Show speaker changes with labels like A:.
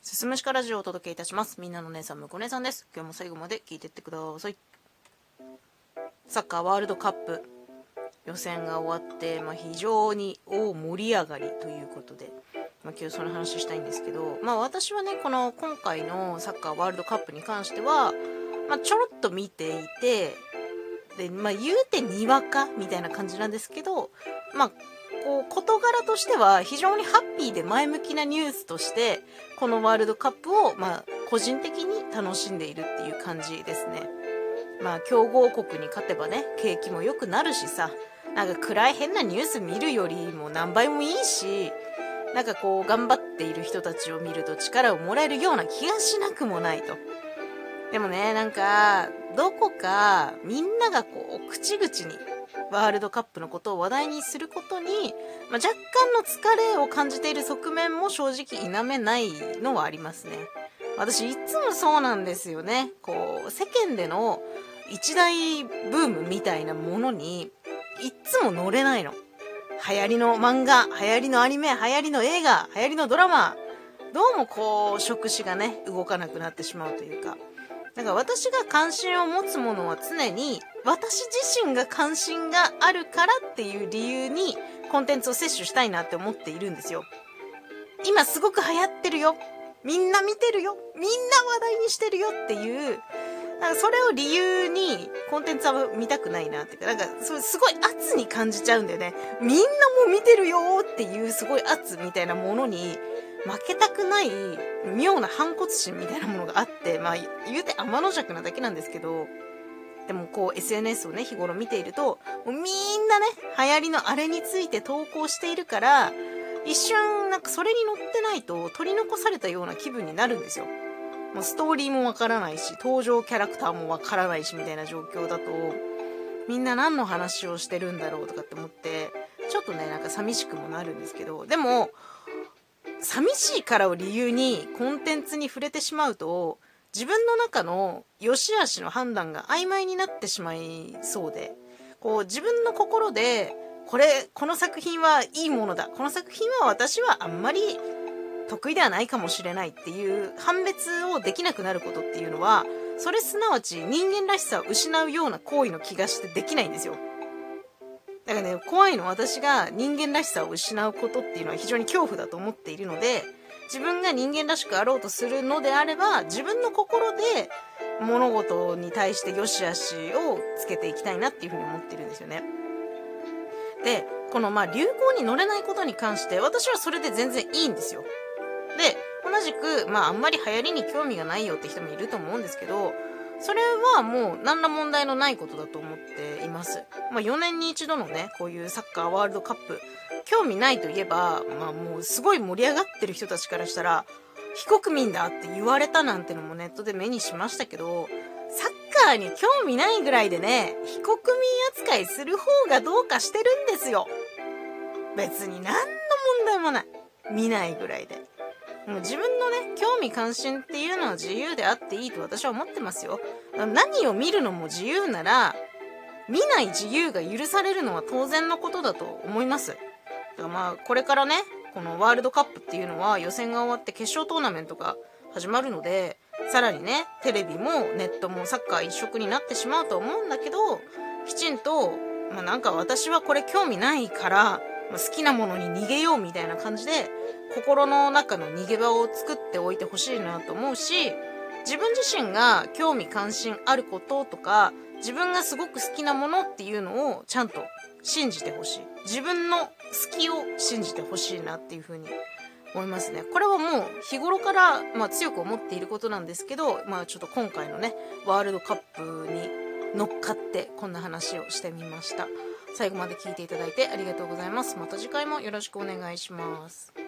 A: すすむしかラジオをお届けいたします。みんなの姉さん、むこ姉さんです。今日も最後まで聞いてってください。サッカーワールドカップ予選が終わって、非常に大盛り上がりということで、今日その話したいんですけど、私はね、今回のサッカーワールドカップに関しては、ちょろっと見ていて、で、言うてにわかみたいな感じなんですけど、事柄としては非常にハッピーで前向きなニュースとして、このワールドカップを、個人的に楽しんでいるっていう感じですね。強豪国に勝てばね、景気も良くなるしさ、暗い変なニュース見るよりも何倍もいいし、頑張っている人たちを見ると力をもらえるような気がしなくもないと。でもね、どこかみんなが口々にワールドカップのことを話題にすることに、若干の疲れを感じている側面も正直否めないのはありますね。私いつもそうなんですよね。世間での一大ブームみたいなものにいつも乗れないの。流行りの漫画、流行りのアニメ、流行りの映画、流行りのドラマ、どうも触手がね、動かなくなってしまうというか。私が関心を持つものは常に私自身が関心があるからっていう理由にコンテンツを摂取したいなって思っているんですよ。今すごく流行ってるよ。みんな見てるよ。みんな話題にしてるよっていう、それを理由にコンテンツは見たくないなっていうか、すごい圧に感じちゃうんだよね。みんなも見てるよっていうすごい圧みたいなものに負けたくない妙な反骨心みたいなものがあって、言うて天の弱なだけなんですけど、でもSNS をね、日頃見ていると、もうみんなね、流行りのあれについて投稿しているから、一瞬それに乗ってないと取り残されたような気分になるんですよ。もうストーリーもわからないし、登場キャラクターもわからないしみたいな状況だと、みんな何の話をしてるんだろうとかって思って、ちょっとね、寂しくもなるんですけど、でも、寂しいからを理由にコンテンツに触れてしまうと、自分の中の良し悪しの判断が曖昧になってしまいそうで、自分の心で、この作品はいいものだ。この作品は私はあんまり得意ではないかもしれないっていう判別をできなくなることっていうのは、それすなわち人間らしさを失うような行為の気がしてできないんですよ。だからね、怖いのは私が人間らしさを失うことっていうのは非常に恐怖だと思っているので、自分が人間らしくあろうとするのであれば、自分の心で物事に対して良し悪しをつけていきたいなっていうふうに思ってるんですよね。で、この流行に乗れないことに関して私はそれで全然いいんですよ。で、同じくあんまり流行りに興味がないよって人もいると思うんですけど、それはもう何ら問題のないことだと思っています。4年に一度のね、こういうサッカーワールドカップ、興味ないといえば、もうすごい盛り上がってる人たちからしたら、非国民だって言われたなんてのもネットで目にしましたけど、サッカーに興味ないぐらいでね、非国民扱いする方がどうかしてるんですよ。別に何の問題もない。見ないぐらいで。もう自分のね、興味関心っていうのは自由であっていいと私は思ってますよ。何を見るのも自由なら、見ない自由が許されるのは当然のことだと思います。だからこれからね、このワールドカップっていうのは予選が終わって決勝トーナメントが始まるので、さらにね、テレビもネットもサッカー一色になってしまうと思うんだけど、きちんと、私はこれ興味ないから、好きなものに逃げようみたいな感じで、心の中の逃げ場を作っておいてほしいなと思うし、自分自身が興味関心あることとか、自分がすごく好きなものっていうのをちゃんと信じてほしい。自分の好きを信じてほしいなっていうふうに思いますね。これはもう日頃から強く思っていることなんですけど、ちょっと今回のね、ワールドカップに乗っかってこんな話をしてみました。最後まで聞いていただいてありがとうございます。また次回もよろしくお願いします。